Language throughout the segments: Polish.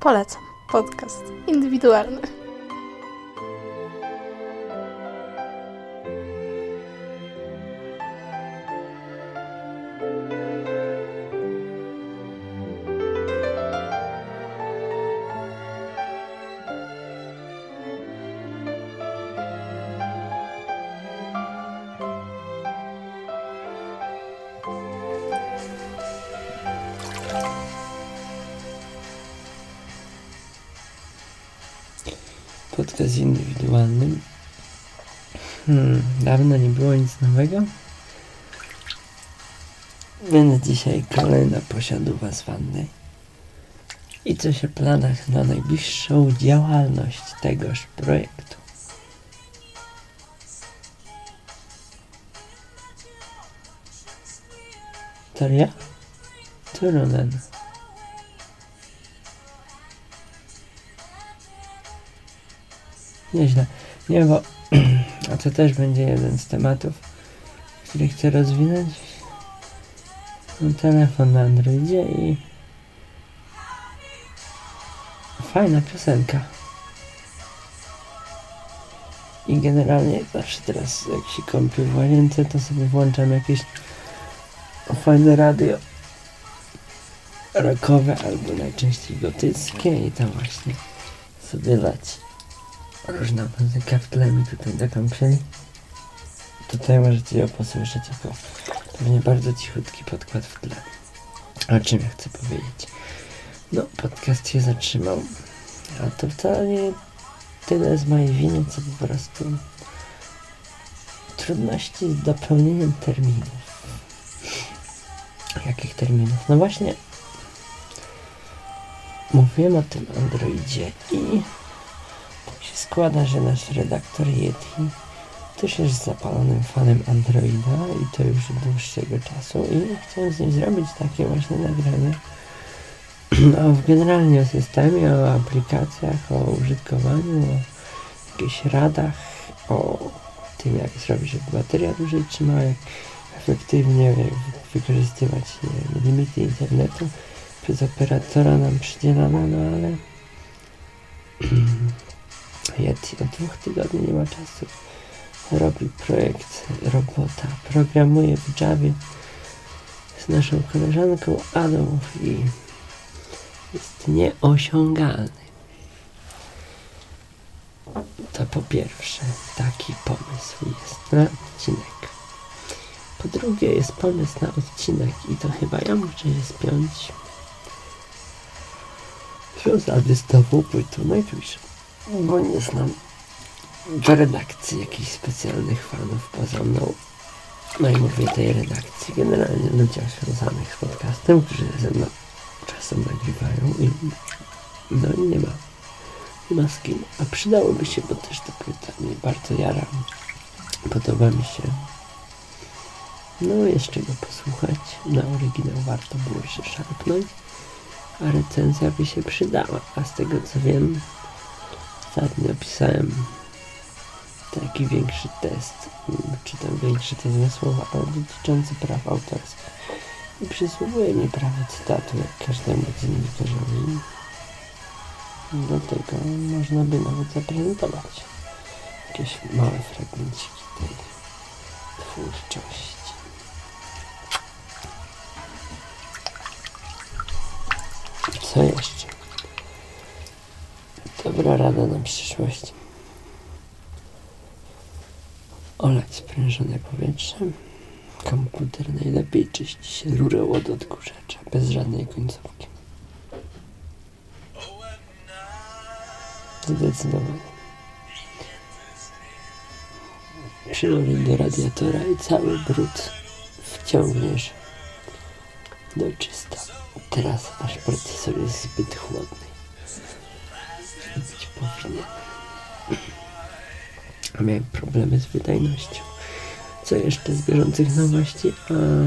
Polecam. Podcast indywidualny. Podcast indywidualny. Dawno nie było nic nowego. Więc dzisiaj kolejna posiadówa z wanny. I coś o planach na najbliższą działalność tegoż projektu. To ja? Turunen. Nieźle. Nie, bo a to też będzie jeden z tematów, który chcę rozwinąć. Mam telefon na Androidzie i fajna piosenka. I generalnie zawsze teraz jak się kąpię w łazience, to sobie włączam jakieś fajne radio rockowe albo najczęściej gotyckie i tam właśnie sobie leci różna muzyka w tle mi tutaj zakąpieli. Tutaj możecie ją posłyszeć jako pewnie bardzo cichutki podkład w tle. O czym ja chcę powiedzieć? No, podcast się zatrzymał. A to wcale nie tyle z mojej winy, co po prostu trudności z dopełnieniem terminów. Jakich terminów? No właśnie mówiłem o tym Androidzie i składa, że nasz redaktor Yeti też jest zapalonym fanem Androida i to już od dłuższego czasu i chciałem z nim zrobić takie właśnie nagranie generalnie o systemie, o aplikacjach, o użytkowaniu, o jakichś radach, o tym jak zrobić, żeby bateria dłużej trzymała, jak efektywnie wykorzystywać limity internetu przez operatora nam przydzielane, no ale Yeti od 2 tygodni nie ma czasu. Robi projekt robota. Programuje w Javie z naszą koleżanką Adą i jest nieosiągalny. To po pierwsze taki pomysł jest na odcinek. Po drugie jest pomysł na odcinek i to chyba ja muszę się spiąć związany z nową płytą najbliższą. Bo nie znam w redakcji jakichś specjalnych fanów poza mną. No i mówię tej redakcji, generalnie ludziach związanych z podcastem, którzy ze mną czasem nagrywają i no i nie ma z kim. A przydałoby się, bo też ta płyta mnie bardzo jara. Podoba mi się. No jeszcze go posłuchać. Na oryginał warto było się szarpnąć, a recenzja by się przydała. A z tego co wiem, ostatnio pisałem taki większy test, czy tam większy to złe słowa, ale dotyczący praw autorskich. I przysługuje mi prawo cytatu, jak każdemu dziennikarzowi. Do tego można by nawet zaprezentować jakieś małe fragmenciki tej twórczości. Co jeszcze? Dobra rada na przyszłość. Olać sprężone powietrze. Komputer najlepiej czyści się rurą od odkurzacza, bez żadnej końcówki. Zdecydowanie. Przyłożyć do radiatora i cały brud wciągniesz do czysta. Teraz nasz procesor jest zbyt chłodny. Być powinien. Miałem problemy z wydajnością. Co jeszcze z bieżących nowości?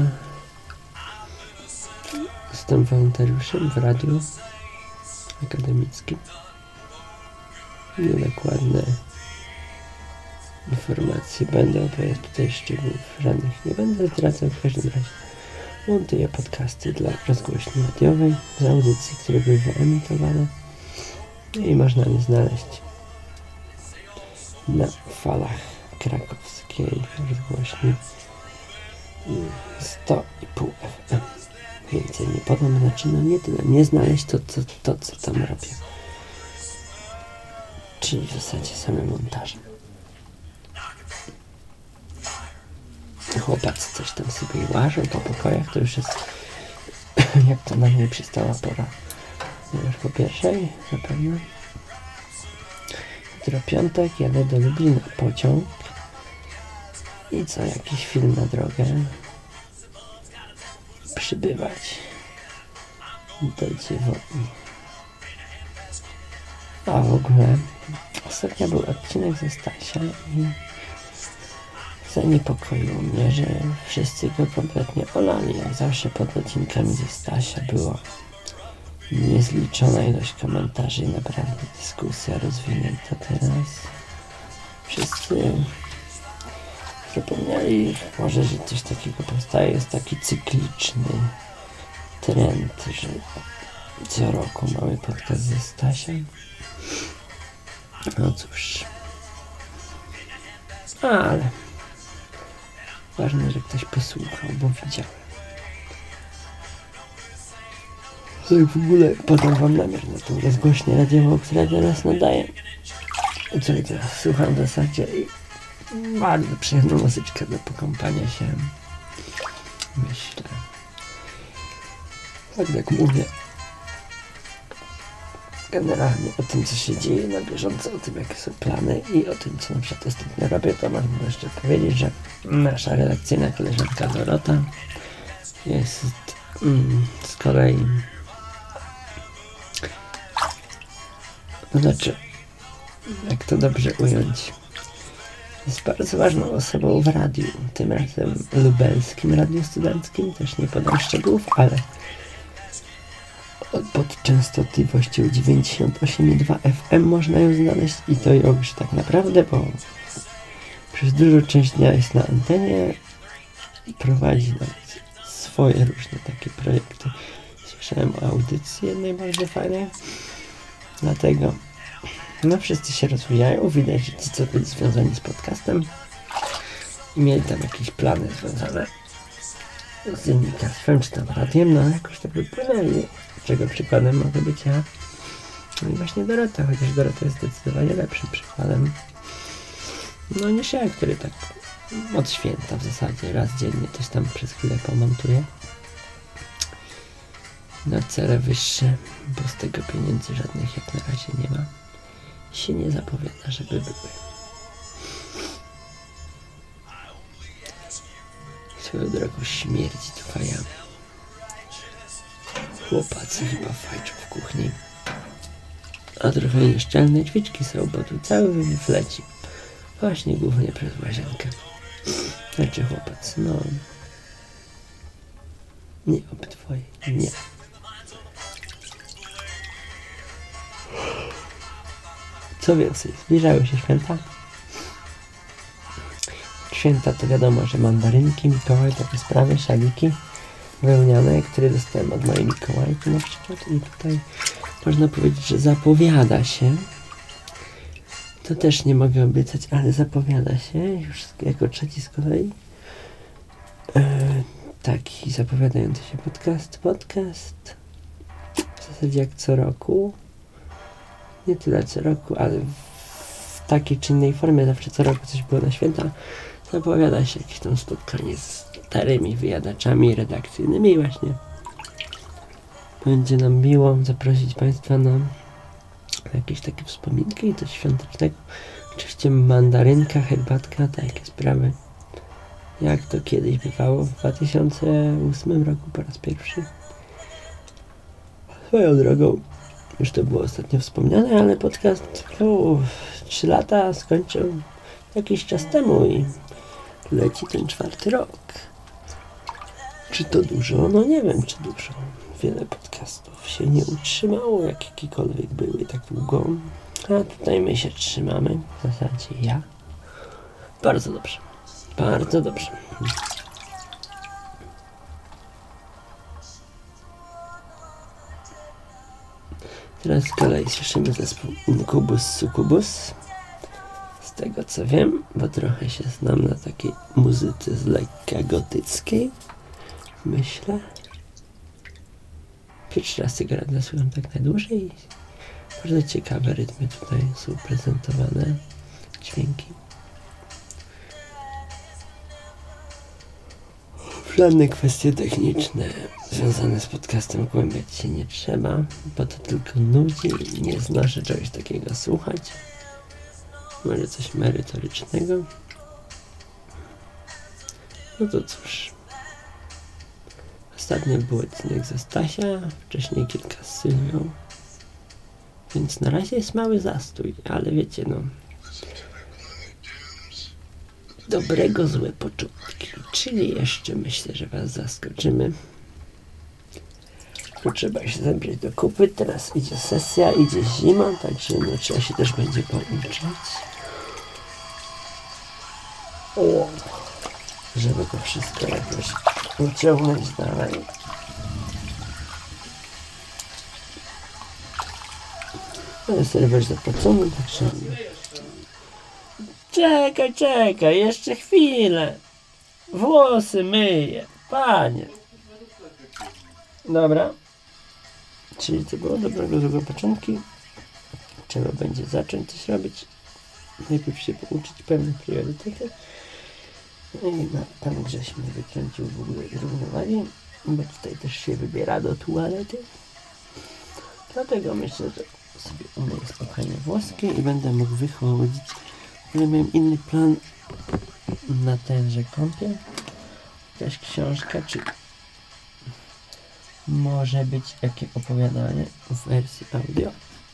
Jestem wolontariuszem w radiu akademickim. Niedokładne informacje będę opowiadać, tutaj szczegółów żadnych nie będę zdradzał. W każdym razie montuję podcasty dla rozgłośni radiowej z audycji, które były wyemitowane. I można mnie znaleźć na falach krakowskiej rozgłośni 100,5 FM. Więcej nie podam, znaczy nie tyle mnie znaleźć, to co tam robię. Czyli w zasadzie same montaże. Chłopacy coś tam sobie łażą po pokojach, to już jest jak to na mnie przystała pora. Już po pierwszej zapewne. Jutro piątek, jadę do Lublina pociąg i co jakiś film na drogę przybywać do Dziewoni. A w ogóle ostatnio był odcinek ze Stasia i zaniepokoiło mnie, że wszyscy go kompletnie olali. Jak zawsze pod odcinkami ze Stasia było niezliczona ilość komentarzy i naprawdę dyskusja rozwinięta teraz. Wszyscy zapomnieli może, że coś takiego powstaje. Jest taki cykliczny trend, że co roku mamy podcast ze Stasiem. No cóż. Ale ważne, że ktoś posłuchał, bo widziałem. No i w ogóle podam wam namiar na tą rozgłośnię radiową, która teraz nadaje. Której teraz słucham w zasadzie i bardzo przyjemną muzyczkę do pokąpania się. Myślę. Tak jak mówię. Generalnie o tym, co się dzieje na bieżąco, o tym, jakie są plany i o tym, co na przykład ostatnio robię, to można jeszcze powiedzieć, że nasza redakcyjna koleżanka Dorota jest z kolei jak to dobrze ująć, jest bardzo ważną osobą w radiu, tym razem lubelskim radiu studenckim, też nie podam szczegółów, ale pod częstotliwością 98,2 FM można ją znaleźć i to już tak naprawdę, bo przez dużą część dnia jest na antenie i prowadzi swoje różne takie projekty. Słyszałem o audycji jednej bardzo fajnej, dlatego wszyscy się rozwijają, widać, że ci, co byli związani z podcastem i mieli tam jakieś plany związane z dziennikarstwem czy tam radiem, ale jakoś tak wypłynęli. Czego przykładem mogę być ja. No i właśnie Dorota, chociaż Dorota jest zdecydowanie lepszym przykładem. Niż ja, który tak od święta w zasadzie raz dziennie coś tam przez chwilę pomontuje. Na cele wyższe, bo z tego pieniędzy żadnych jak na razie nie ma. Się nie zapowiada, żeby były. Swoją drogą śmierdzi tu fajami. Chłopacy chyba fajczą w kuchni. A trochę nieszczelne drzwiczki są, bo tu cały wywiew leci. Właśnie głównie przez łazienkę. Znaczy chłopac, nie obydwoje, nie. Co więcej, zbliżały się święta. Święta to wiadomo, że mandarynki, Mikołaj, takie sprawy, szaliki wełniane, które dostałem od mojej Mikołajki na przykład i tutaj można powiedzieć, że zapowiada się, to też nie mogę obiecać, ale zapowiada się już jako trzeci z kolei taki zapowiadający się podcast w zasadzie jak co roku, nie tyle co roku, ale w takiej czy innej formie, zawsze co roku coś było na święta, zapowiada się jakieś tam spotkanie z starymi wyjadaczami redakcyjnymi i właśnie będzie nam miło zaprosić Państwa na jakieś takie wspominki i coś świątecznego. Oczywiście mandarynka, herbatka, takie sprawy. Jak to kiedyś bywało w 2008 roku po raz pierwszy. Swoją drogą, już to było ostatnio wspomniane, ale podcast 3 lata skończył jakiś czas temu i leci ten 4. rok. Czy to dużo? Nie wiem, czy dużo. Wiele podcastów się nie utrzymało, jak jakikolwiek były tak długo. A tutaj my się trzymamy. W zasadzie ja. Bardzo dobrze. Bardzo dobrze. Teraz z kolei słyszymy zespół Incubus Succubus. Z tego co wiem, bo trochę się znam na takiej muzyce z lekka gotyckiej. Myślę. Pierwszy raz tego radia słucham tak najdłużej. Bardzo ciekawe rytmy tutaj są prezentowane. Dźwięki. W żadne kwestie techniczne związane z podcastem głębiać się nie trzeba, bo to tylko nudzi i nie znoszę czegoś takiego słuchać. Może coś merytorycznego. No to cóż. Ostatnio był odcinek ze Stasia, wcześniej kilka z Sylwią. Więc na razie jest mały zastój, ale wiecie no. Dobrego złe początki, czyli jeszcze myślę, że was zaskoczymy. Tu trzeba się zabrać do kupy, teraz idzie sesja, idzie zima, także no, trzeba się też będzie pouczyć. O, żeby to wszystko jakoś uciągnąć dalej. Ale serwer zapłacony, także... Czekaj, jeszcze chwilę. Włosy myję, panie. Dobra. Czyli to było dobrego złego początki. Trzeba będzie zacząć coś robić. Najpierw się pouczyć pewnych priorytetów. I pan Grześ mnie wykręcił w ogóle z równowagi, bo tutaj też się wybiera do tualety. Dlatego myślę, że sobie umyję spokojnie włoski i będę mógł wychodzić. Ale miałem inny plan na tenże kąpie. Jakaś książka, czy może być jakieś opowiadanie w wersji audio.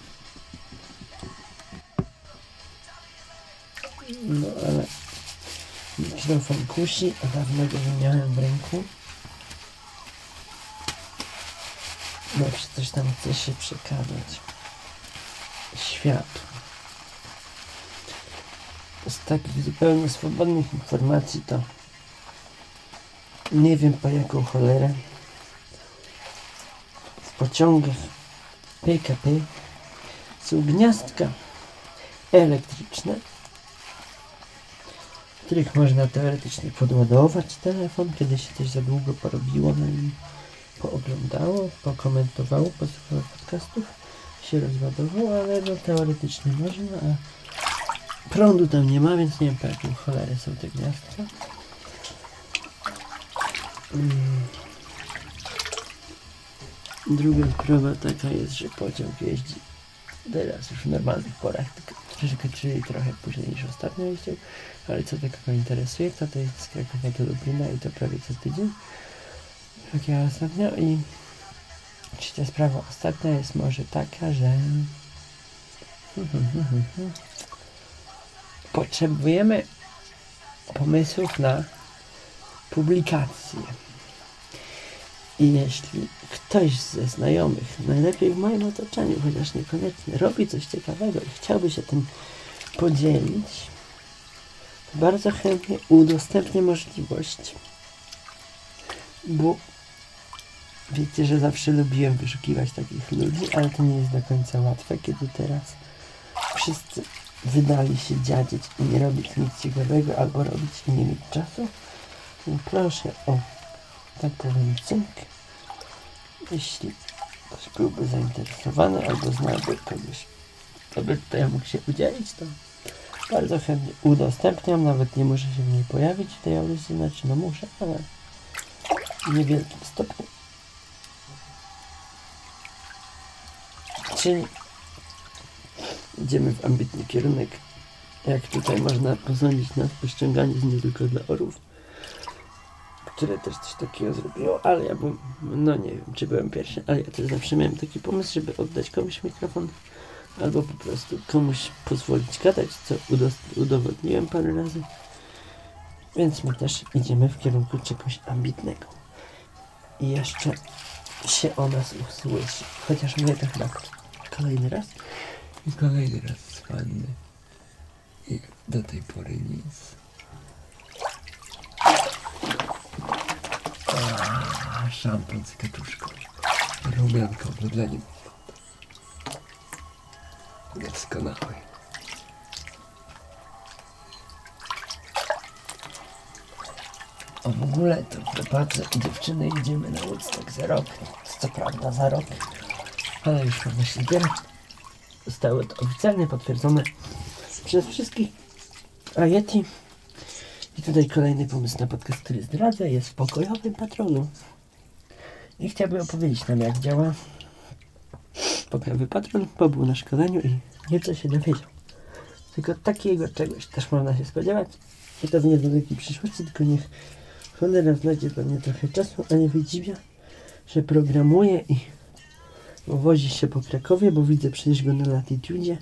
No ale mikrofon kusi, a dawno go nie miałem w ręku. Zawsze coś tam chce się przekazać światu. Z takich zupełnie swobodnych informacji to nie wiem po jaką cholerę w pociągach PKP są gniazdka elektryczne, w których można teoretycznie podładować telefon, kiedy się coś za długo porobiło, no i pooglądało, pokomentowało, posłuchało podcastów, się rozładowało, ale no teoretycznie można, a prądu tam nie ma, więc nie wiem po jaką cholerę są te gniazdka. Druga sprawa taka jest, że pociąg jeździ teraz już w normalnych porach, czyli trochę później niż ostatnio jeździł, ale co to kogo interesuje, kto to jest z Krakowa do Lublina i to prawie co tydzień, jak ja ostatnio. I trzecia sprawa ostatnia jest może taka, że potrzebujemy pomysłów na publikacje. I jeśli ktoś ze znajomych, najlepiej w moim otoczeniu, chociaż niekoniecznie, robi coś ciekawego i chciałby się tym podzielić, to bardzo chętnie udostępnię możliwość, bo wiecie, że zawsze lubiłem wyszukiwać takich ludzi, ale to nie jest do końca łatwe, kiedy teraz wszyscy wydali się dziadzieć i nie robić nic ciekawego, albo robić i nie mieć czasu. No proszę o, tak powiem, cynk. Jeśli ktoś byłby zainteresowany albo znałby kogoś, kto by tutaj mógł się udzielić, to bardzo chętnie udostępniam. Nawet nie muszę się w niej pojawić w tej audycji, znaczy no muszę, ale w niewielkim stopniu. Czyli idziemy w ambitny kierunek, jak tutaj można posądzić nas po ściąganiu z nie tylko dla orłów, które też coś takiego zrobiło, ale ja bym, no nie wiem, czy byłem pierwszy, ale ja też zawsze miałem taki pomysł, żeby oddać komuś mikrofon, albo po prostu komuś pozwolić gadać, co udowodniłem parę razy, więc my też idziemy w kierunku czegoś ambitnego. I jeszcze się o nas usłyszy, chociaż mówię to chyba kolejny raz z wanny i do tej pory nic. Szampon z kaczuszką. Rumianko dla nim. Doskonały. A w ogóle to chłopacy i dziewczyny idziemy na Woodstock za rok. Co prawda za rok, ale już mamy się zbierać. Zostało to oficjalnie potwierdzone przez wszystkich. A Yeti. I tutaj kolejny pomysł na podcast, który zdradzę, jest w pokojowym patrolu. I chciałbym opowiedzieć nam, jak działa pokojowy patrol, bo był na szkoleniu i nieco się dowiedział. Tylko takiego czegoś też można się spodziewać. I to w niedalekiej przyszłości, tylko niech cholera znajdzie dla mnie trochę czasu, a nie wydziwia, że programuje i wozi się po Krakowie, bo widzę przecież go na Latitudzie.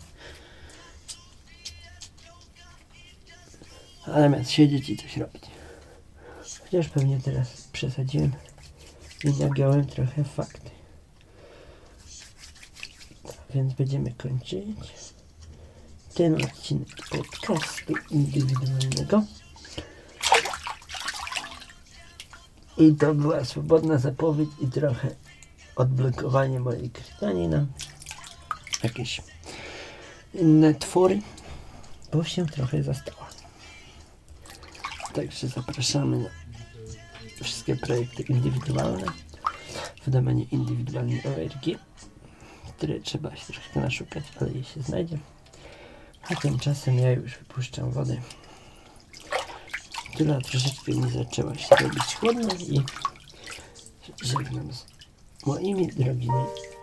Ale zamiast siedzieć i coś robić. Chociaż pewnie teraz przesadziłem i nagiąłem trochę fakty. Więc będziemy kończyć ten odcinek podcastu indywidualnego. I to była swobodna zapowiedź i trochę odblokowanie mojej krtani na jakieś inne twory, bo się trochę zastała. Także zapraszamy na wszystkie projekty indywidualne w domenie indywidualnie.org, które trzeba się troszkę naszukać, ale je się znajdzie. A tymczasem ja już wypuszczam wodę, która troszeczkę mi zaczęła się robić chłodna i żegnam z moimi drogimi